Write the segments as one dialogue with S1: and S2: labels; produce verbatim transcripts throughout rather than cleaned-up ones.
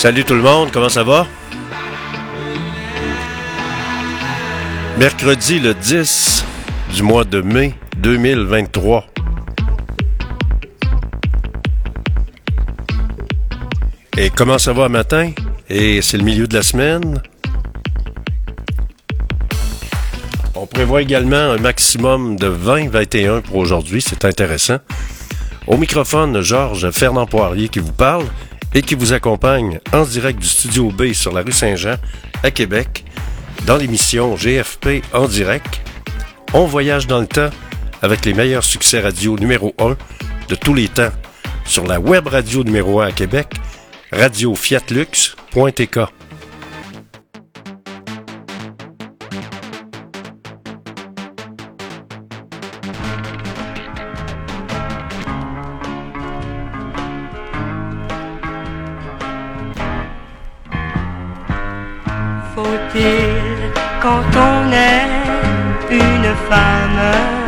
S1: Salut tout le monde, comment ça va? Mercredi le dix du mois de mai deux mille vingt-trois. Et comment ça va matin? Et c'est le milieu de la semaine. On prévoit également un maximum de vingt à vingt et un pour aujourd'hui, c'est intéressant. Au microphone, Georges Fernand Poirier qui vous parle et qui vous accompagne en direct du Studio B sur la rue Saint-Jean à Québec dans l'émission G F P en direct. On voyage dans le temps avec les meilleurs succès radio numéro un de tous les temps sur la web radio numéro un à Québec, radio fiat lux point t k.
S2: Faut-il, quand on est une femme,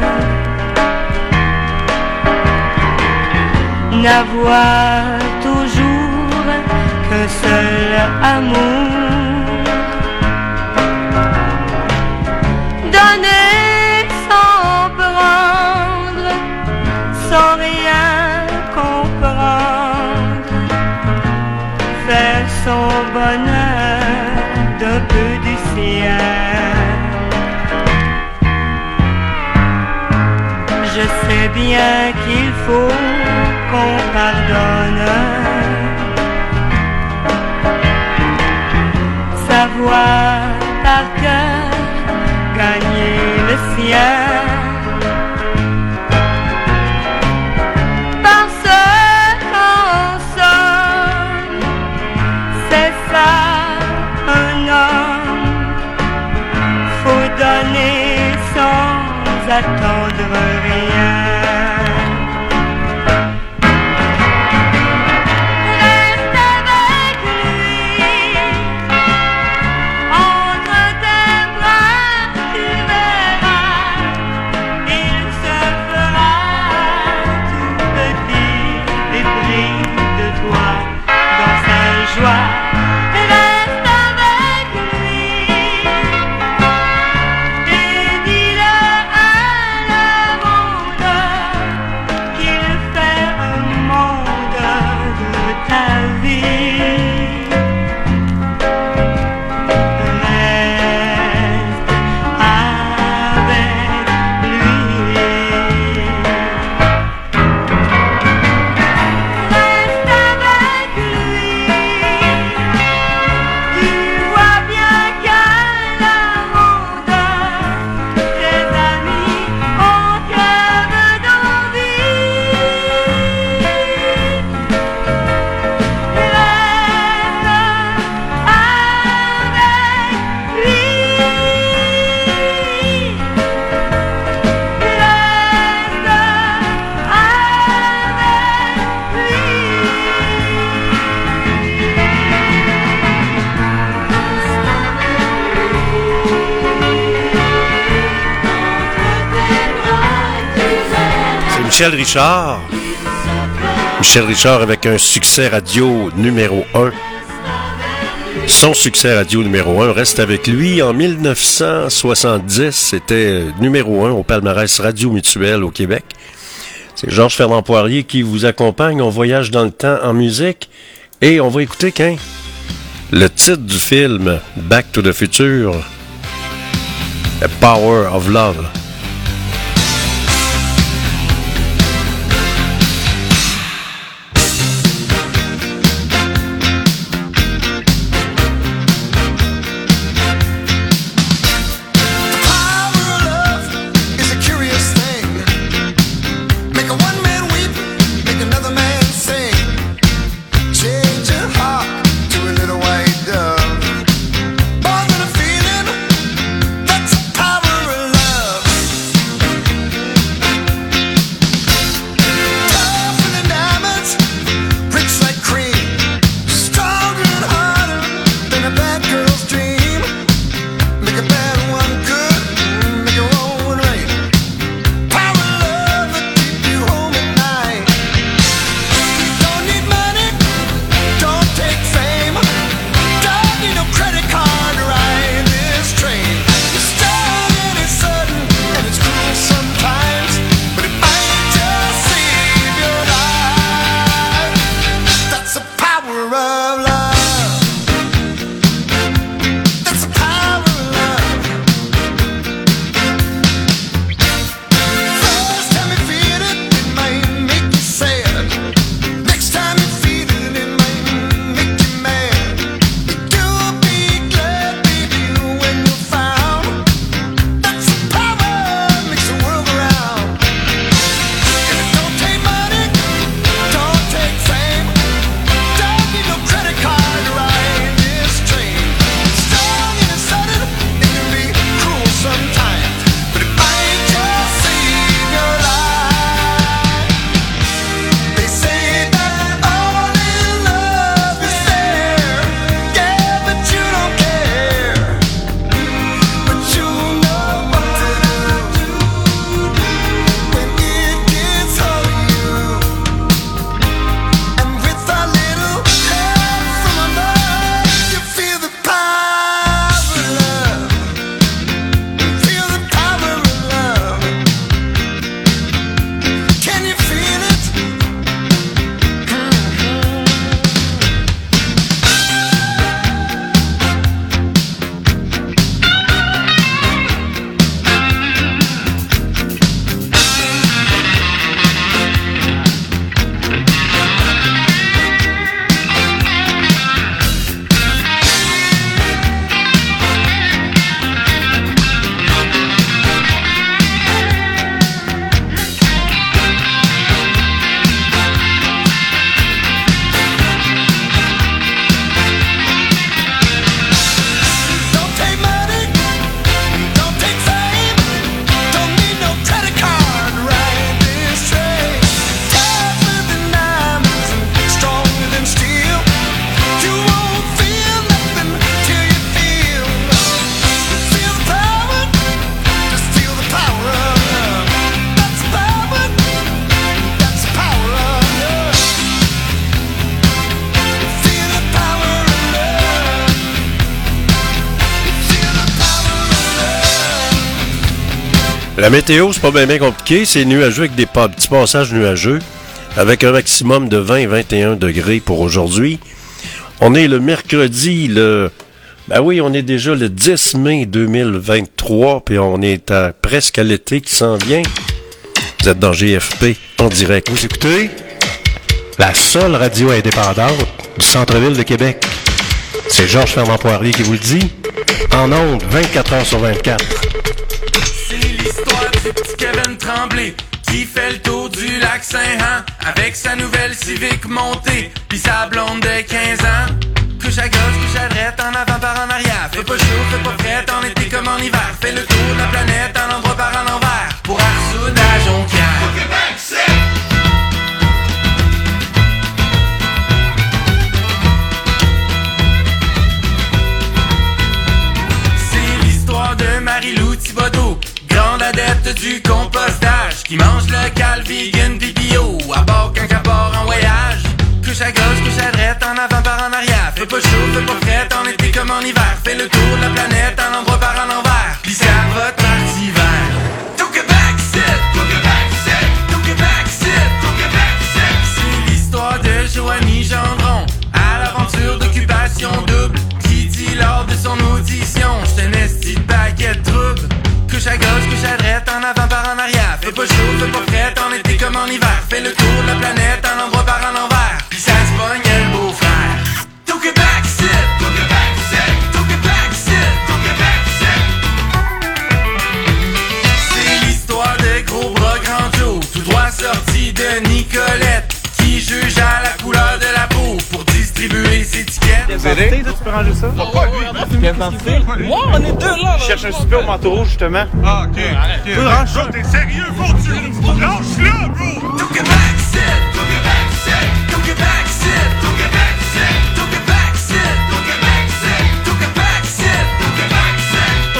S2: n'avoir toujours qu'un seul amour, donner sans prendre, sans rien comprendre, faire son bonheur d'un peu du ciel. Je sais bien qu'il faut qu'on pardonne, savoir par cœur gagner le ciel. Parce qu'en somme, c'est ça un homme, faut donner sans attendre rien.
S1: Michel Richard. Michel Richard avec un succès radio numéro un. Son succès radio numéro un reste avec lui en dix-neuf cent soixante-dix. C'était numéro un au palmarès Radio Mutuel au Québec. C'est Georges Fernand Poirier qui vous accompagne. On voyage dans le temps en musique. Et on va écouter qu'un le titre du film Back to the Future, The Power of Love.
S3: Born with a feeling, that's the power of love.
S1: La météo, c'est pas bien, bien compliqué. C'est nuageux avec des pa- petits passages nuageux, avec un maximum de vingt à vingt et un degrés pour aujourd'hui. On est le mercredi, le... Ben oui, on est déjà le dix mai deux mille vingt-trois, puis on est à, presque à l'été qui s'en vient. Vous êtes dans G F P, en direct. Vous écoutez la seule radio indépendante du centre-ville de Québec. C'est Georges Fernand Poirier qui vous le dit. En ondes, vingt-quatre heures sur vingt-quatre.
S3: C'est l'histoire du petit Kevin Tremblay qui fait le tour du lac Saint-Jean avec sa nouvelle Civic montée pis sa blonde de quinze ans. Couche à gauche, couche à droite, en avant par en arrière. Fais pas chaud, fais pas frais, en été comme en hiver. Fais le tour de la planète, un endroit par en envers. Pour Arsoud à Jonquière. Au Québec, c'est... C'est l'histoire de Marie-Lou Thibodeau, grande adepte du compostage, qui mange local, vegan, pis bio, à bord quand elle part en voyage. Couche à gauche, couche à droite, en avant par en arrière. Fais pas chaud, fais pas frais, en été comme en hiver. Fais le tour de la planète, un endroit par en envers. Pis ça va de parti vert. Tout Québec, c'est, tout Québec, c'est, tout Québec, c'est, tout Québec, c'est. C'est l'histoire de Joanie Gendron, à l'aventure d'occupation double, qui dit lors de son audition, j'te n'esti de baguette trouble. Couche à gauche, couche à droite, en avant par en arrière. Fais pas chaud, fais pas frais, en été comme en hiver. Fais le tour de la planète, un endroit par en envers. Pis ça se pogne le beau-frère. Tout Québec, c'est, tout Québec, c'est, tout Québec, c'est, tout Québec, c'est. C'est l'histoire de Gros Bras Grand Joe, tout droit sorti de Nicolette, qui juge à la couleur de la peau pour distribuer ses tickets.
S4: Vous aidez? Tu peux ranger ça? Oh, pas lui! Pièce d'identité?
S5: Moi, on est deux là!
S4: Je cherche un super au manteau rouge, justement.
S6: Ah, ok.
S4: Tu peux range ça?
S6: T'es sérieux? Faut que tu ranges là, bro!
S3: Tout Québec, c'est, tout Québec, c'est, tout Québec, c'est, tout Québec, c'est, tout Québec, c'est, tout Québec, c'est, tout Québec, c'est, tout Québec, c'est.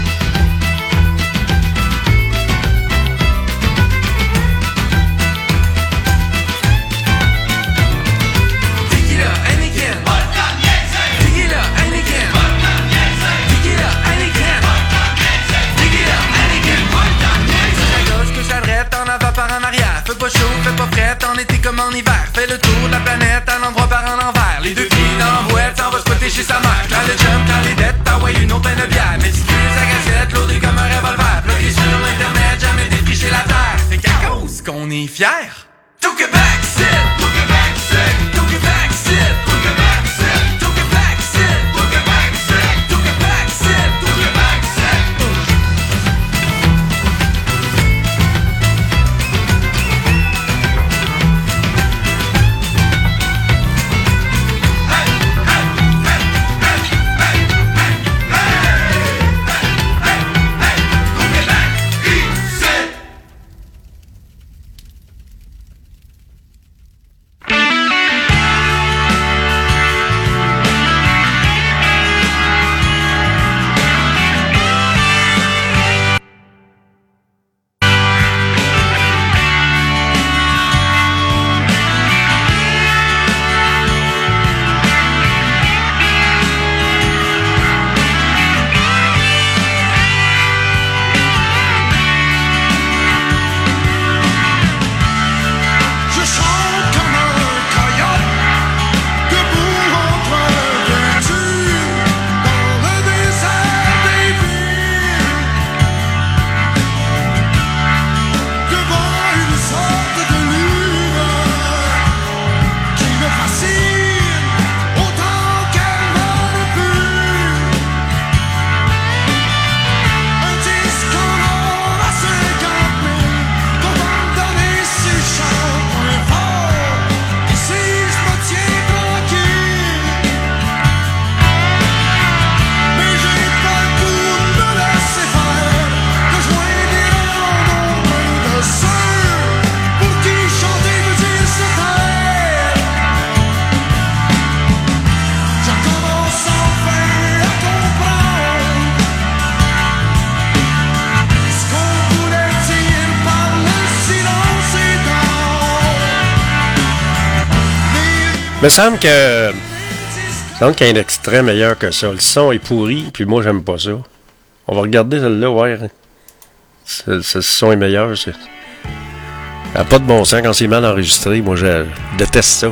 S3: Tequila, Heineken, Tequila, Heineken, Tequila, Heineken, Tequila, Heineken. Couche à gauche, couche à droite, en avant par en arrière. Fais pas chaud, fais pas frais, en été comme en hiver. Fais le tour de la planète, un endroit par en envers. Les deux pieds dans la boîte, s'en va spotter chez sa mère. Quand le chum, quand les dettes, t'envoies une autre peine de bière. Méticule sa cassette, lourdé comme un revolver. Bloqué sur l'internet, jamais défriché la terre. Fait qu'à cause qu'on est fiers. Tout Québec, c'est, tout Québec, c'est, tout Québec, c'est, tout Québec, c'est, tout Québec, c'est, tout Québec, c'est, tout Québec, c'est, tout Québec, c'est.
S7: Je chante comme un coyote, debout entre vertus, dans le désert des villes, devant une sorte de lumière qui me fascine autant qu'elle manipule. Un disque en or à cinquante mille pour me donner si chante moins fort. Ici je me tiens tranquille, mais j'ai pas le goût de me laisser faire, de joindre des rangs nombreux de ceux pour qui chanter veut dire se taire. Je commence enfin à comprendre ce qu'on voulait dire par le silence et
S1: Mais il semble que. Il semble qu'il y a un extrait meilleur que ça. Le son est pourri, puis moi, j'aime pas ça. On va regarder celle-là, ouais. Ce, ce son est meilleur. C'est... Ça n'a pas de bon sens quand c'est mal enregistré. Moi, je déteste ça.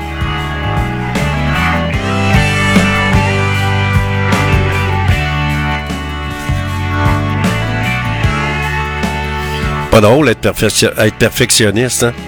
S1: Pas drôle être, perfection... être perfectionniste, hein?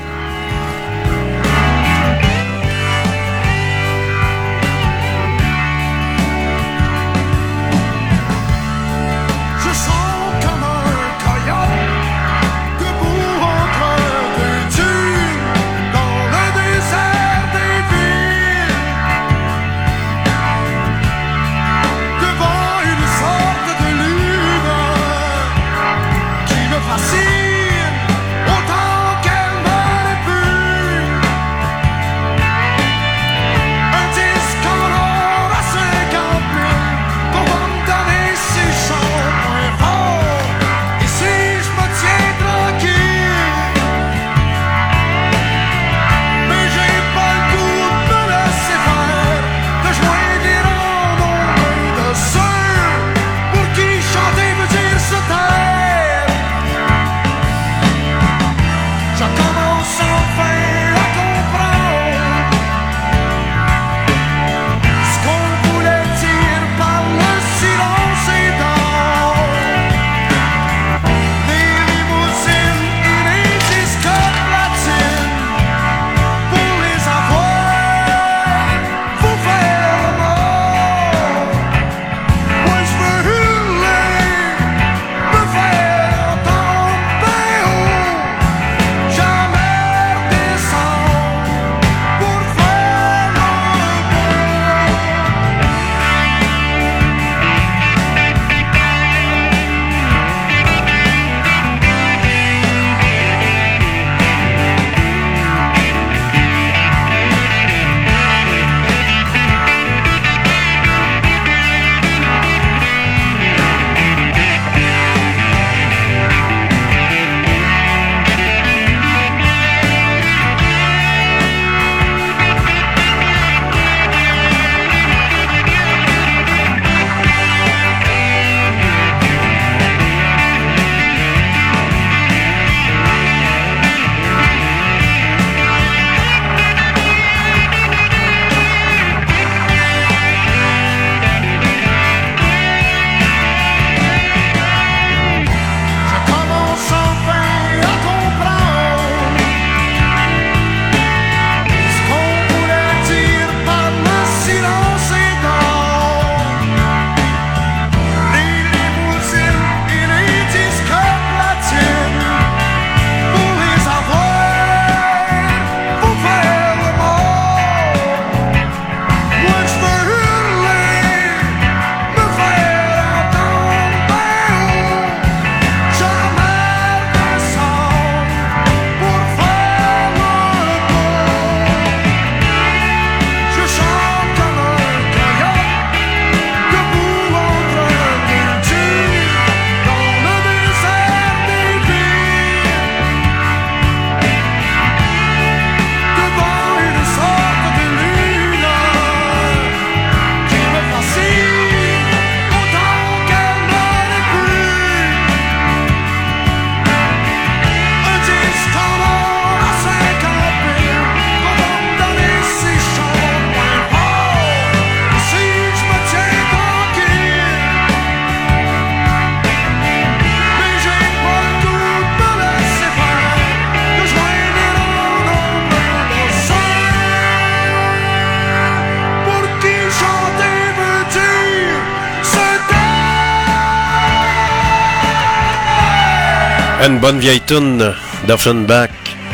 S1: Une bonne vieille toune d'Offenbach.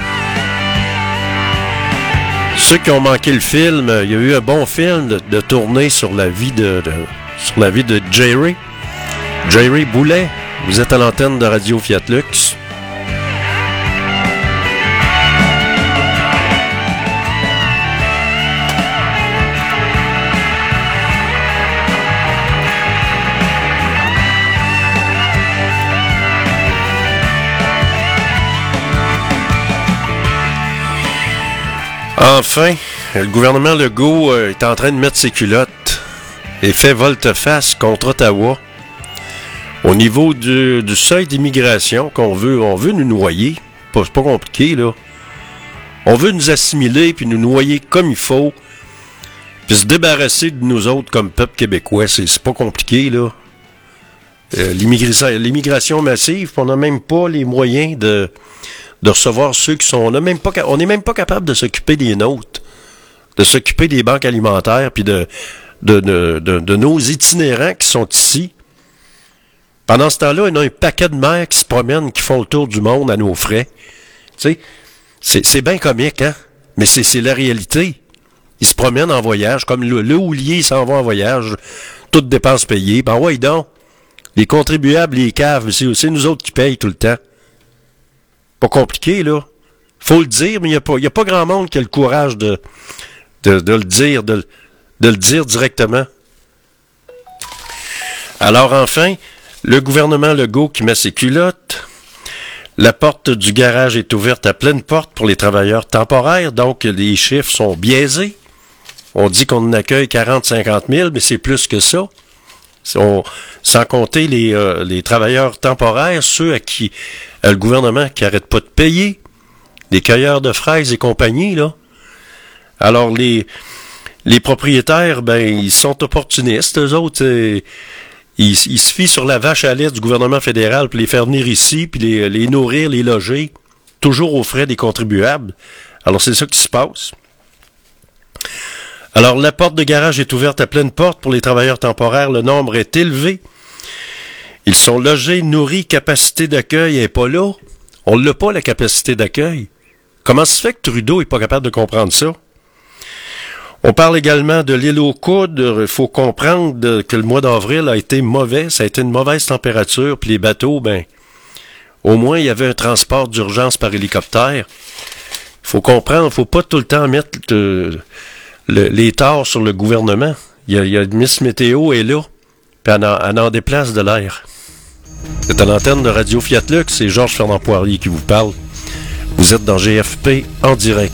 S1: Ceux qui ont manqué le film, il y a eu un bon film de, de tournée sur la vie de, de sur la vie de Jerry. Jerry Boulet. Vous êtes à l'antenne de Radio Fiat Lux. Enfin, le gouvernement Legault euh, est en train de mettre ses culottes et fait volte-face contre Ottawa Au niveau du, du seuil d'immigration qu'on veut, on veut nous noyer. Pas, c'est pas compliqué, là. On veut nous assimiler puis nous noyer comme il faut. Puis se débarrasser de nous autres comme peuple québécois. C'est, c'est pas compliqué, là. Euh, l'immigration, l'immigration massive, on n'a même pas les moyens de, de recevoir ceux qui sont... On n'est même pas, on n'est même pas capable de s'occuper des nôtres. De s'occuper des banques alimentaires puis de, de, de, de, de nos itinérants qui sont ici. Pendant ce temps-là, il y a un paquet de mères qui se promènent, qui font le tour du monde à nos frais. Tu sais, c'est, c'est bien comique, hein? Mais c'est, c'est la réalité. Ils se promènent en voyage, comme le, le houlier s'en va en voyage, toutes dépenses payées. Ben ouais, donc, les contribuables, les caves, c'est, c'est nous autres qui payent tout le temps. Pas compliqué, là. Faut le dire, mais il n'y a pas, il y a pas grand monde qui a le courage de, de, de le dire, de, de le dire directement. Alors enfin, le gouvernement Legault qui met ses culottes. La porte du garage est ouverte à pleine porte pour les travailleurs temporaires, donc les chiffres sont biaisés. On dit qu'on en accueille quarante à cinquante mille, mais c'est plus que ça. On, sans compter les, euh, les travailleurs temporaires, ceux à qui euh, le gouvernement qui arrête pas de payer, les cueilleurs de fraises et compagnie, là. Alors les les propriétaires, ben ils sont opportunistes, eux autres. Euh, Ils, ils se fient sur la vache à lait du gouvernement fédéral pour les faire venir ici, puis les, les nourrir, les loger, toujours aux frais des contribuables. Alors, c'est ça qui se passe. Alors, la porte de garage est ouverte à pleine porte pour les travailleurs temporaires. Le nombre est élevé. Ils sont logés, nourris, capacité d'accueil n'est pas là. On l'a pas, la capacité d'accueil. Comment se fait que Trudeau est pas capable de comprendre ça? On parle également de l'île aux coudes. Il faut comprendre que le mois d'avril a été mauvais. Ça a été une mauvaise température. Puis les bateaux, ben, au moins, il y avait un transport d'urgence par hélicoptère. Il faut comprendre, il ne faut pas tout le temps mettre le, le, les torts sur le gouvernement. Il y a, il y a Miss Météo est là, puis elle en, elle en déplace de l'air. C'est à l'antenne de Radio Fiat Lux, c'est Georges Fernand Poirier qui vous parle. Vous êtes dans G F P en direct.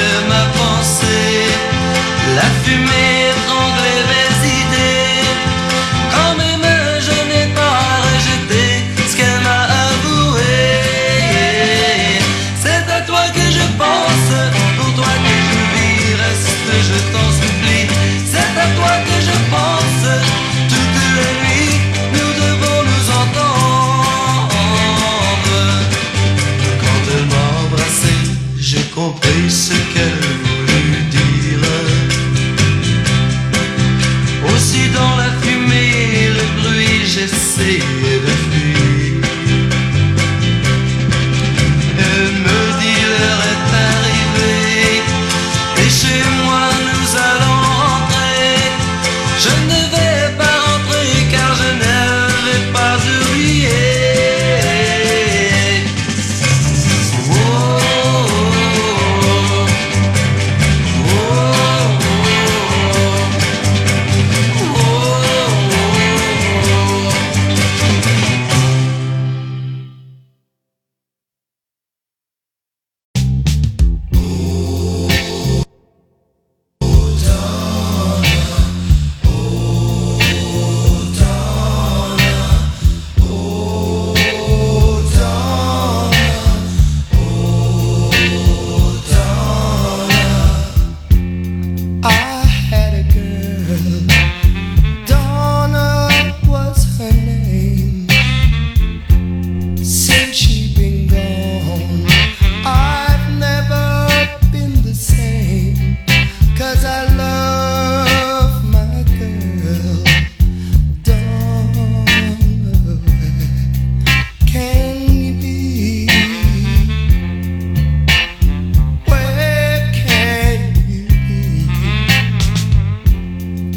S7: La fumée étranglait mes idées.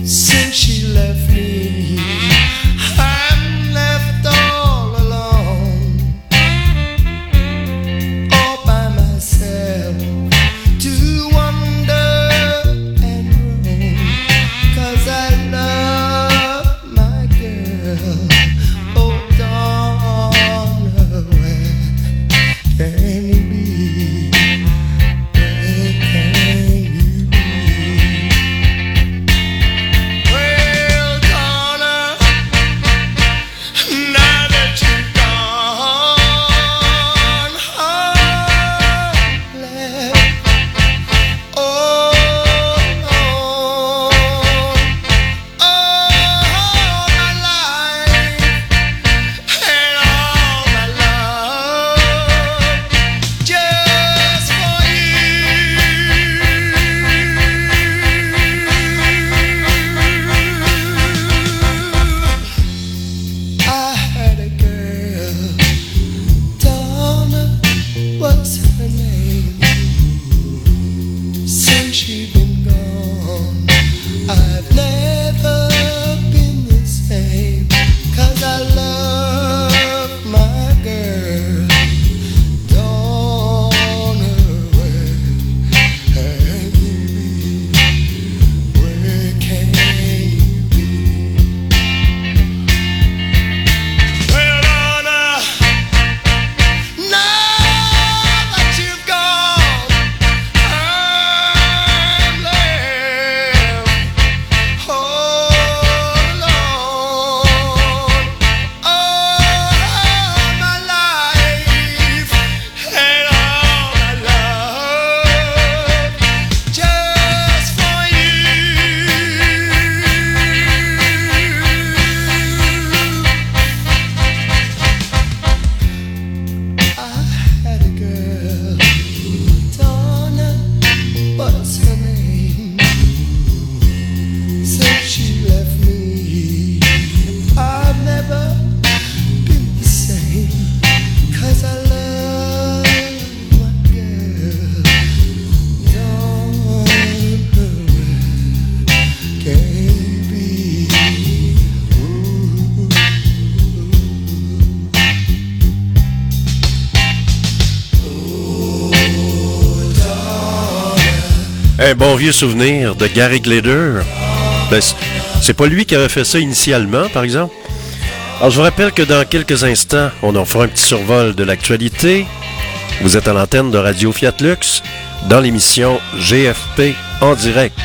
S7: since she left me. I'm left all alone, all by myself, to wonder and roam, 'cause I love my girl. Oh, Donna, where can you be? Where can you be? Well, Donna, now that you're gone, I'm left all alone. All my life and all my love just for you. I had a girl, Donna was her name. Since she's been gone, I've never been the same, 'cause I love my girl. Donna, where can you be? Where can you be? Well, Donna, now that you've gone, I'm left all alone. All my life and all my love just for you. I had a girl, Donna was her name. Since she left me, I've never been the same, 'cause I love my girl. Donna, where can you be? Ooh.
S1: Un bon vieux souvenir de Gary Glitter. Ben, c'est- c'est pas lui qui avait fait ça initialement, par exemple. Alors, je vous rappelle que dans quelques instants, on en fera un petit survol de l'actualité. Vous êtes à l'antenne de Radio Fiat Lux dans l'émission G F P en direct.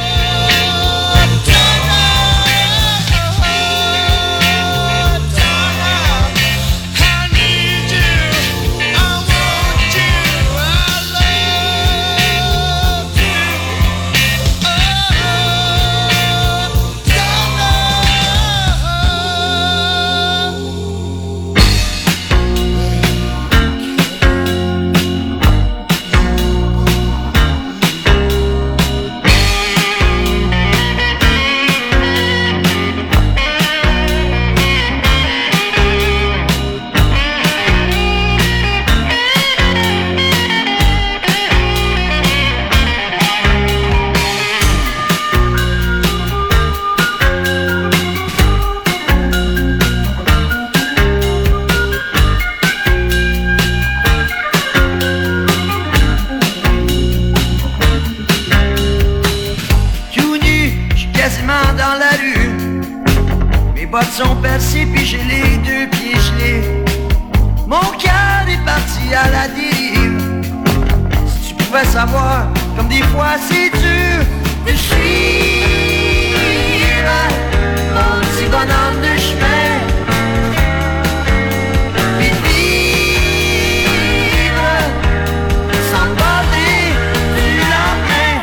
S5: Tout nu, j'suis quasiment dans la rue. Mes bottes sont percées puis j'ai les deux pieds gelés. Mon cœur est parti à la dérive. Si tu pouvais savoir, comme des fois c'est dur de suivre mon petit bonhomme de chemin. Puis de vivre sans me border du lendemain.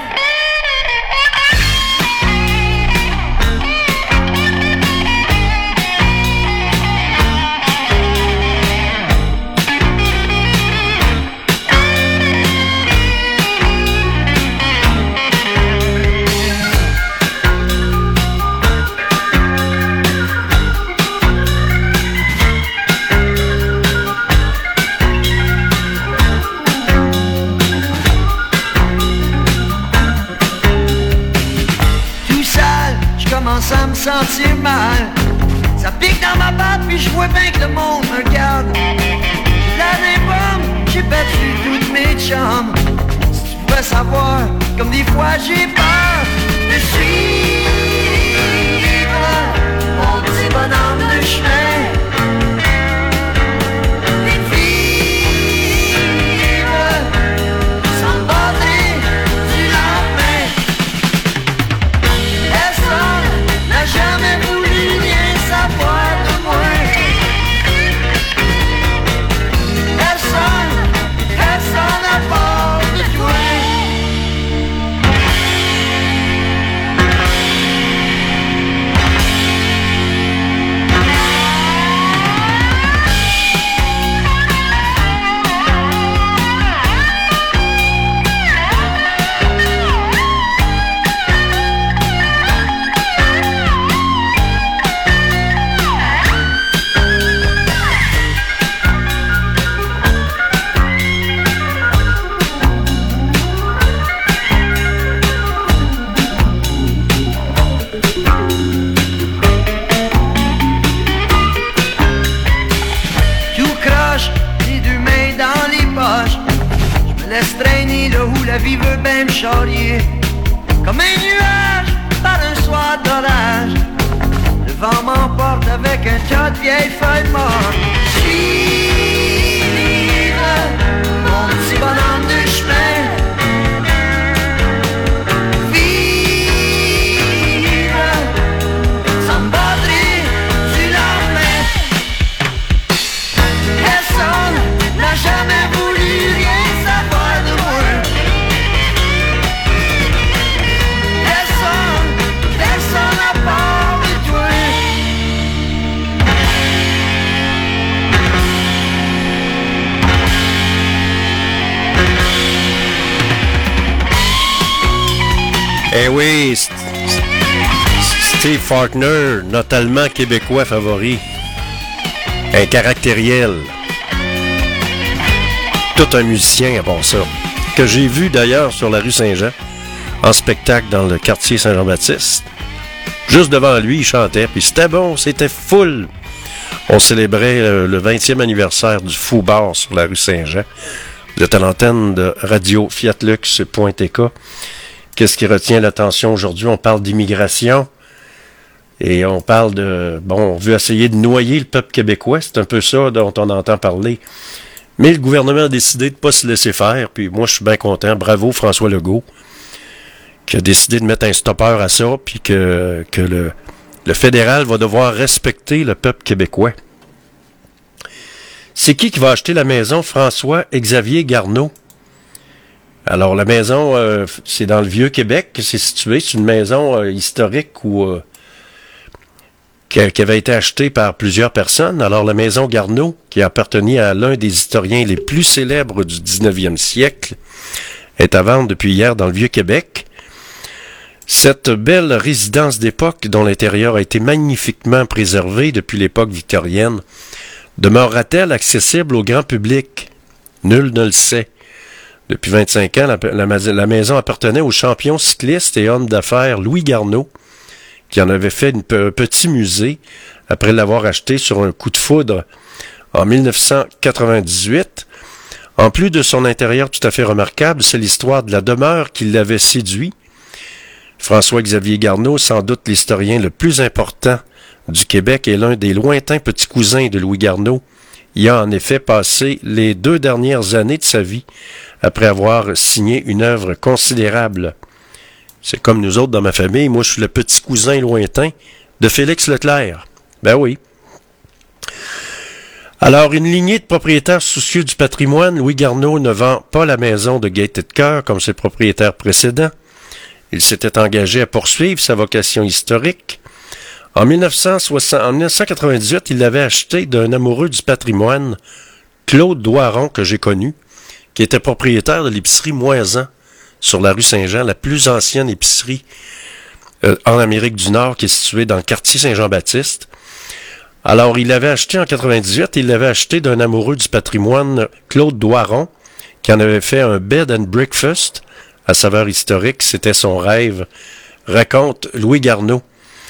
S5: commence à me sentir mal. Ça pique dans ma patte, puis je vois bien que le monde me regarde. J'ai la des bombes, j'ai battu toutes mes chambres. Si tu pouvais savoir, comme des fois j'ai peur de suivre mon petit bonhomme de chemin. Et vivre sans me barrer du lendemain. Personne n'a jamais voulu rien savoir de moi. Personne, personne à part de toi. Laisse traîner là où la vie veut bien me charrier. Comme un nuage par un soir d'orage. Le vent m'emporte avec un tas de vieilles feuilles mortes. Suivre mon petit bonhomme de chemin. Vivre sans me badrer du lendemain. Personne n'a jamais voulu rien.
S1: Eh oui, Steve Faulkner, notre Allemand québécois favori. Un caractériel. Tout un musicien à part ça. Que j'ai vu d'ailleurs sur la rue Saint-Jean, en spectacle dans le quartier Saint-Jean-Baptiste. Juste devant lui, il chantait, puis c'était bon, c'était full. On célébrait le, le vingtième anniversaire du Fou Bar sur la rue Saint-Jean. Vous êtes à l'antenne de radio fiat lux point t k. Qu'est-ce qui retient l'attention aujourd'hui? On parle d'immigration et on parle de... Bon, on veut essayer de noyer le peuple québécois. C'est un peu ça dont on entend parler. Mais le gouvernement a décidé de ne pas se laisser faire. Puis moi, je suis bien content. Bravo François Legault qui a décidé de mettre un stoppeur à ça puis que, que le, le fédéral va devoir respecter le peuple québécois. C'est qui qui va acheter la maison? François-Xavier Garneau. Alors, la maison, euh, c'est dans le Vieux-Québec que c'est situé. C'est une maison euh, historique où, euh, qui, qui avait été achetée par plusieurs personnes. Alors, la maison Garneau, qui appartenait à l'un des historiens les plus célèbres du dix-neuvième siècle, est à vendre depuis hier dans le Vieux-Québec. Cette belle résidence d'époque, dont l'intérieur a été magnifiquement préservé depuis l'époque victorienne, demeurera-t-elle accessible au grand public? Nul ne le sait. Depuis vingt-cinq ans, la, la, la maison appartenait au champion cycliste et homme d'affaires Louis Garneau, qui en avait fait une, un petit musée après l'avoir acheté sur un coup de foudre en dix-neuf cent quatre-vingt-dix-huit. En plus de son intérieur tout à fait remarquable, c'est l'histoire de la demeure qui l'avait séduit. François-Xavier Garneau, sans doute l'historien le plus important du Québec et l'un des lointains petits cousins de Louis Garneau, y a en effet passé les deux dernières années de sa vie après avoir signé une œuvre considérable. C'est comme nous autres dans ma famille, moi je suis le petit cousin lointain de Félix Leclerc. Ben oui. Alors, une lignée de propriétaires soucieux du patrimoine, Louis Garneau ne vend pas la maison de gaieté de cœur comme ses propriétaires précédents. Il s'était engagé à poursuivre sa vocation historique. En dix-neuf cent soixante, en dix-neuf cent quatre-vingt-dix-huit, il l'avait acheté d'un amoureux du patrimoine, Claude Doiron, que j'ai connu, qui était propriétaire de l'épicerie Moisan sur la rue Saint-Jean, la plus ancienne épicerie euh, en Amérique du Nord, qui est située dans le quartier Saint-Jean-Baptiste. Alors, il l'avait acheté en quatre-vingt-dix-huit, il l'avait acheté d'un amoureux du patrimoine, Claude Doiron, qui en avait fait un bed and breakfast à saveur historique. C'était son rêve, raconte Louis Garneau.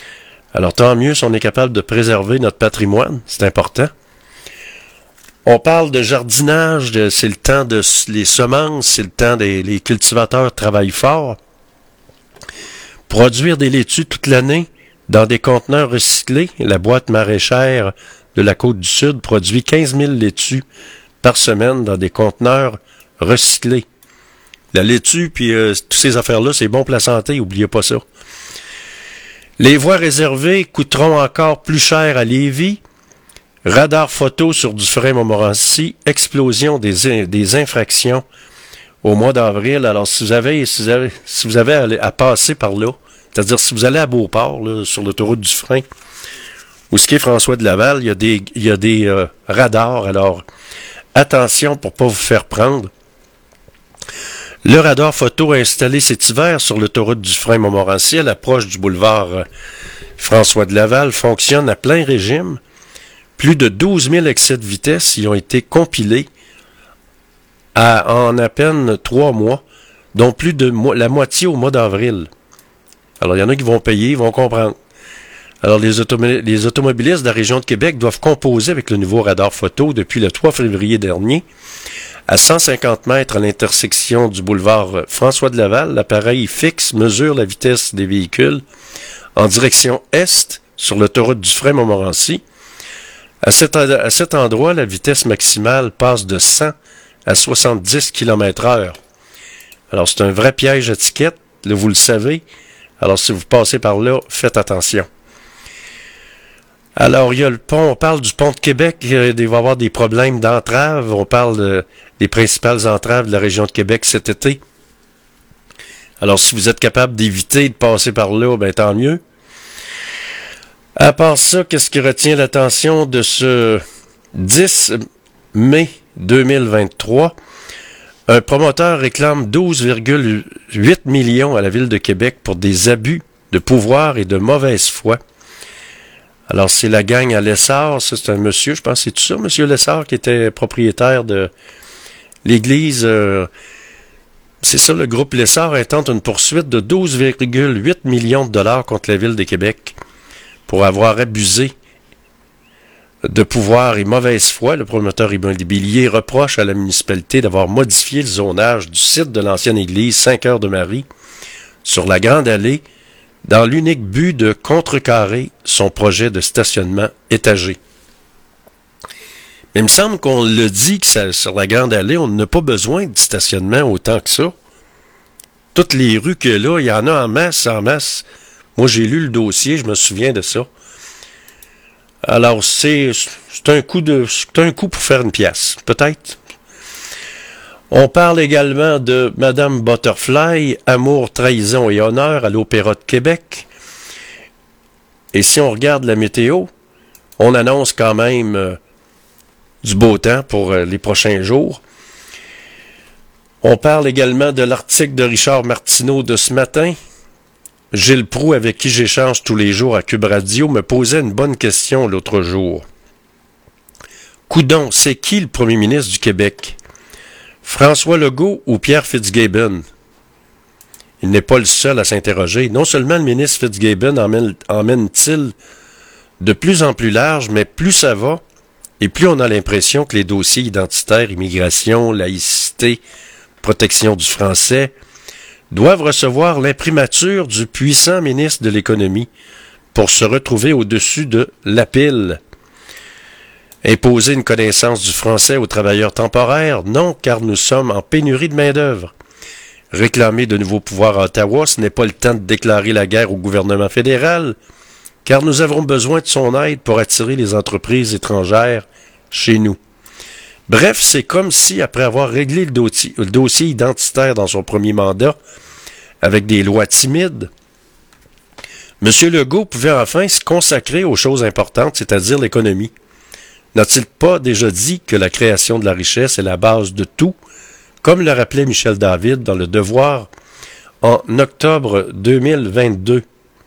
S1: Alors tant mieux si on est capable de préserver notre patrimoine, c'est important. On parle de jardinage, de, c'est le temps de les semences, c'est le temps des les cultivateurs travaillent fort. Produire des laitues toute l'année dans des conteneurs recyclés. La boîte maraîchère de la Côte-du-Sud produit quinze mille laitues par semaine dans des conteneurs recyclés. La laitue, puis euh, toutes ces affaires-là, c'est bon pour la santé, oubliez pas ça. Les voies réservées coûteront encore plus cher à Lévis. Radar photo sur Dufresne-Montmorency. Explosion des, des infractions au mois d'avril. Alors, si vous avez, si vous avez, si vous avez à, à passer par là, c'est-à-dire si vous allez à Beauport, là, sur l'autoroute Dufresne, ou ce qui est François de Laval, il y a des, il y a des euh, radars. Alors, attention pour pas vous faire prendre. Le radar photo installé cet hiver sur l'autoroute Dufresne-Montmorency à l'approche du boulevard euh, François de Laval fonctionne à plein régime. Plus de douze mille excès de vitesse y ont été compilés à, en à peine trois mois, dont plus de mo- la moitié au mois d'avril. Alors, il y en a qui vont payer, ils vont comprendre. Alors, les, automo- les automobilistes de la région de Québec doivent composer avec le nouveau radar photo depuis le trois février dernier. À cent cinquante mètres à l'intersection du boulevard François de Laval, l'appareil fixe mesure la vitesse des véhicules en direction est sur l'autoroute Dufresne-Montmorency. À cet, à cet endroit, la vitesse maximale passe de cent à soixante-dix kilomètres heure. Alors, c'est un vrai piège à ticket, là, vous le savez. Alors, si vous passez par là, faites attention. Alors, il y a le pont, on parle du pont de Québec, il va y avoir des problèmes d'entrave. On parle de, des principales entraves de la région de Québec cet été. Alors, si vous êtes capable d'éviter de passer par là, ben tant mieux. À part ça, qu'est-ce qui retient l'attention de ce dix mai deux mille vingt-trois? Un promoteur réclame douze virgule huit millions à la Ville de Québec pour des abus de pouvoir et de mauvaise foi. Alors, c'est la gang à Lessard, ça, c'est un monsieur, je pense que c'est tout ça, monsieur Lessard, qui était propriétaire de l'église. Euh, c'est ça, le groupe Lessard intente une poursuite de douze virgule huit millions de dollars contre la Ville de Québec pour avoir abusé de pouvoir et mauvaise foi. Le promoteur immobilier reproche à la municipalité d'avoir modifié le zonage du site de l'ancienne église Saint-Cœur-de-Marie sur la Grande Allée dans l'unique but de contrecarrer son projet de stationnement étagé. Mais il me semble qu'on le dit que ça, sur la Grande Allée, on n'a pas besoin de stationnement autant que ça. Toutes les rues que là, il y en a en masse, en masse. Moi, j'ai lu le dossier, je me souviens de ça. Alors, c'est, c'est un coup de, c'est un coup pour faire une pièce, peut-être. On parle également de Madame Butterfly, Amour, trahison et honneur à l'Opéra de Québec. Et si on regarde la météo, on annonce quand même euh, du beau temps pour euh, les prochains jours. On parle également de l'article de Richard Martineau de ce matin. Gilles Proulx, avec qui j'échange tous les jours à Cube Radio, me posait une bonne question l'autre jour. Coudon, c'est qui le premier ministre du Québec? François Legault ou Pierre Fitzgibbon? Il n'est pas le seul à s'interroger. Non seulement le ministre Fitzgibbon emmène, emmène-t-il de plus en plus large, mais plus ça va, et plus on a l'impression que les dossiers identitaires, immigration, laïcité, protection du français, doivent recevoir l'imprimature du puissant ministre de l'Économie pour se retrouver au-dessus de la pile. Imposer une connaissance du français aux travailleurs temporaires? Non, car nous sommes en pénurie de main-d'œuvre. Réclamer de nouveaux pouvoirs à Ottawa, ce n'est pas le temps de déclarer la guerre au gouvernement fédéral, car nous avons besoin de son aide pour attirer les entreprises étrangères chez nous. Bref, c'est comme si, après avoir réglé le dossier, le dossier identitaire dans son premier mandat, avec des lois timides, M. Legault pouvait enfin se consacrer aux choses importantes, c'est-à-dire l'économie. N'a-t-il pas déjà dit que la création de la richesse est la base de tout, comme le rappelait Michel David dans Le Devoir en octobre deux mille vingt-deux?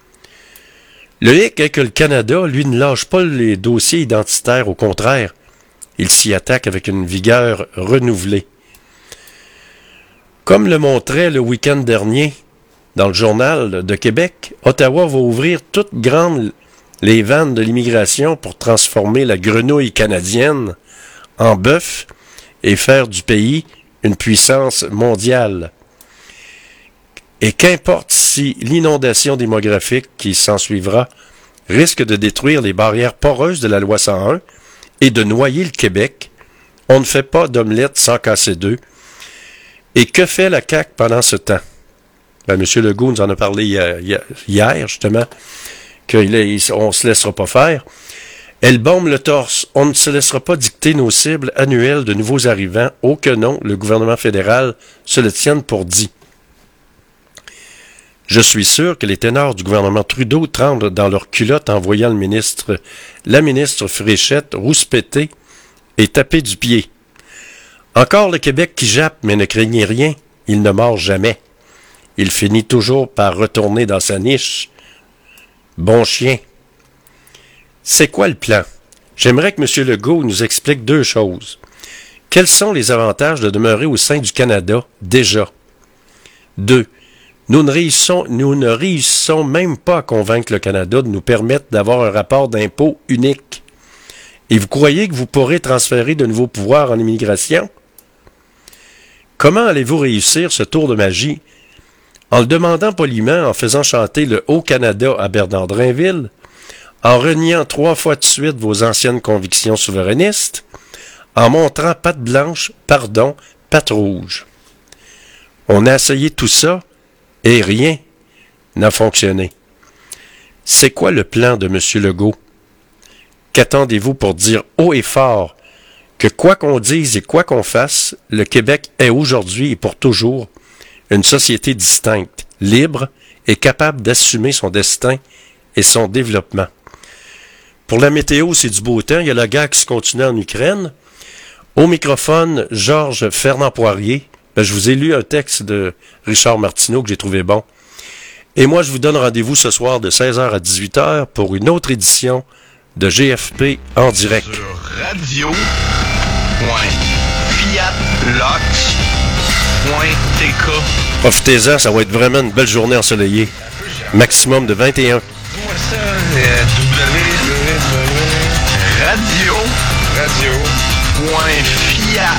S1: Le hic est que le Canada, lui, ne lâche pas les dossiers identitaires, au contraire. Il s'y attaque avec une vigueur renouvelée. Comme le montrait le week-end dernier dans le Journal de Québec, Ottawa va ouvrir toute grande les vannes de l'immigration pour transformer la grenouille canadienne en bœuf et faire du pays une puissance mondiale. Et qu'importe si l'inondation démographique qui s'ensuivra risque de détruire les barrières poreuses de la loi cent un et de noyer le Québec, on ne fait pas d'omelette sans casser d'œufs. Et que fait la C A Q pendant ce temps? Ben, M. Legault nous en a parlé hier, hier justement, qu'on ne se laissera pas faire. Elle bombe le torse. On ne se laissera pas dicter nos cibles annuelles de nouveaux arrivants. Oh que non, le gouvernement fédéral se le tienne pour dit. Je suis sûr que les ténors du gouvernement Trudeau tremblent dans leur culotte en voyant le ministre, la ministre Fréchette rouspéter et taper du pied. Encore le Québec qui jappe, mais ne craignez rien, il ne mord jamais. Il finit toujours par retourner dans sa niche. Bon chien. C'est quoi le plan? J'aimerais que M. Legault nous explique deux choses. Quels sont les avantages de demeurer au sein du Canada, déjà? Deux. Nous ne réussissons, nous ne réussissons même pas à convaincre le Canada de nous permettre d'avoir un rapport d'impôt unique. Et vous croyez que vous pourrez transférer de nouveaux pouvoirs en immigration? Comment allez-vous réussir ce tour de magie? En le demandant poliment, en faisant chanter le Haut-Canada à Bernard Drainville, en reniant trois fois de suite vos anciennes convictions souverainistes, en montrant patte blanche, pardon, patte rouge. On a essayé tout ça, et rien n'a fonctionné. C'est quoi le plan de M. Legault? Qu'attendez-vous pour dire haut et fort que quoi qu'on dise et quoi qu'on fasse, le Québec est aujourd'hui et pour toujours une société distincte, libre et capable d'assumer son destin et son développement? Pour la météo, c'est du beau temps. Il y a la guerre qui se continue en Ukraine. Au microphone, Georges Fernand Poirier. Ben, je vous ai lu un texte de Richard Martineau que j'ai trouvé bon. Et moi, je vous donne rendez-vous ce soir de seize heures à dix-huit heures pour une autre édition de G F P en direct.
S8: Sur radio point fiat lox point t k.
S1: Profitez-en, ça va être vraiment une belle journée ensoleillée. Maximum de vingt et un.
S8: Dis-moi ça, euh, radio radio point fiat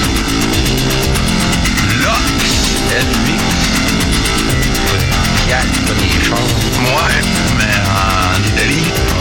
S8: lox L huit Fiat, pas des choses. Ouais, mais en Italie.